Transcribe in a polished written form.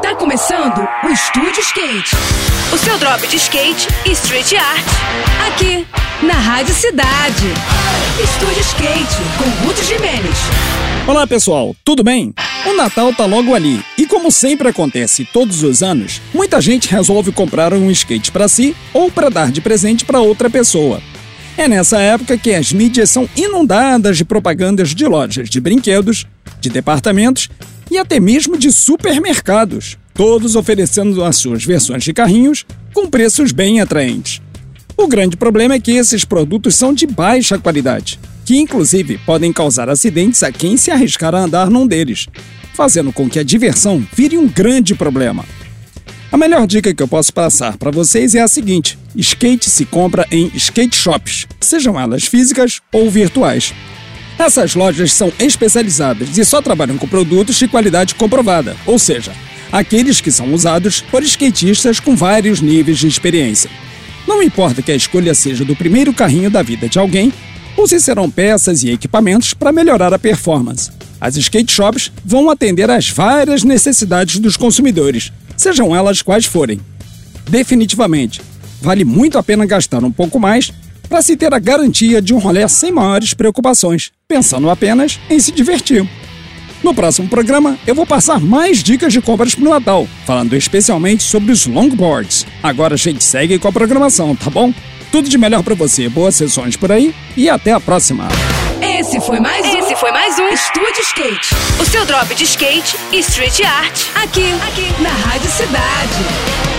Tá começando o Estúdio Skate. O seu drop de skate e street art. Aqui, na Rádio Cidade. Estúdio Skate, com Ruth Gimenez. Olá pessoal, tudo bem? O Natal tá logo ali e, como sempre acontece todos os anos, muita gente resolve comprar um skate para si ou para dar de presente para outra pessoa. É nessa época que as mídias são inundadas de propagandas de lojas de brinquedos, de departamentos e até mesmo de supermercados, todos oferecendo as suas versões de carrinhos com preços bem atraentes. O grande problema é que esses produtos são de baixa qualidade, que inclusive podem causar acidentes a quem se arriscar a andar num deles, fazendo com que a diversão vire um grande problema. A melhor dica que eu posso passar para vocês é a seguinte: skate se compra em skate shops, sejam elas físicas ou virtuais. Essas lojas são especializadas e só trabalham com produtos de qualidade comprovada, ou seja, aqueles que são usados por skatistas com vários níveis de experiência. Não importa que a escolha seja do primeiro carrinho da vida de alguém, ou se serão peças e equipamentos para melhorar a performance. As skate shops vão atender às várias necessidades dos consumidores, sejam elas quais forem. Definitivamente, vale muito a pena gastar um pouco mais para se ter a garantia de um rolê sem maiores preocupações, pensando apenas em se divertir. No próximo programa, eu vou passar mais dicas de compras para o Natal, falando especialmente sobre os longboards. Agora a gente segue com a programação, tá bom? Tudo de melhor para você, boas sessões por aí e até a próxima! Esse foi mais um Estúdio Skate. O seu drop de skate e street art. Aqui na Rádio Cidade.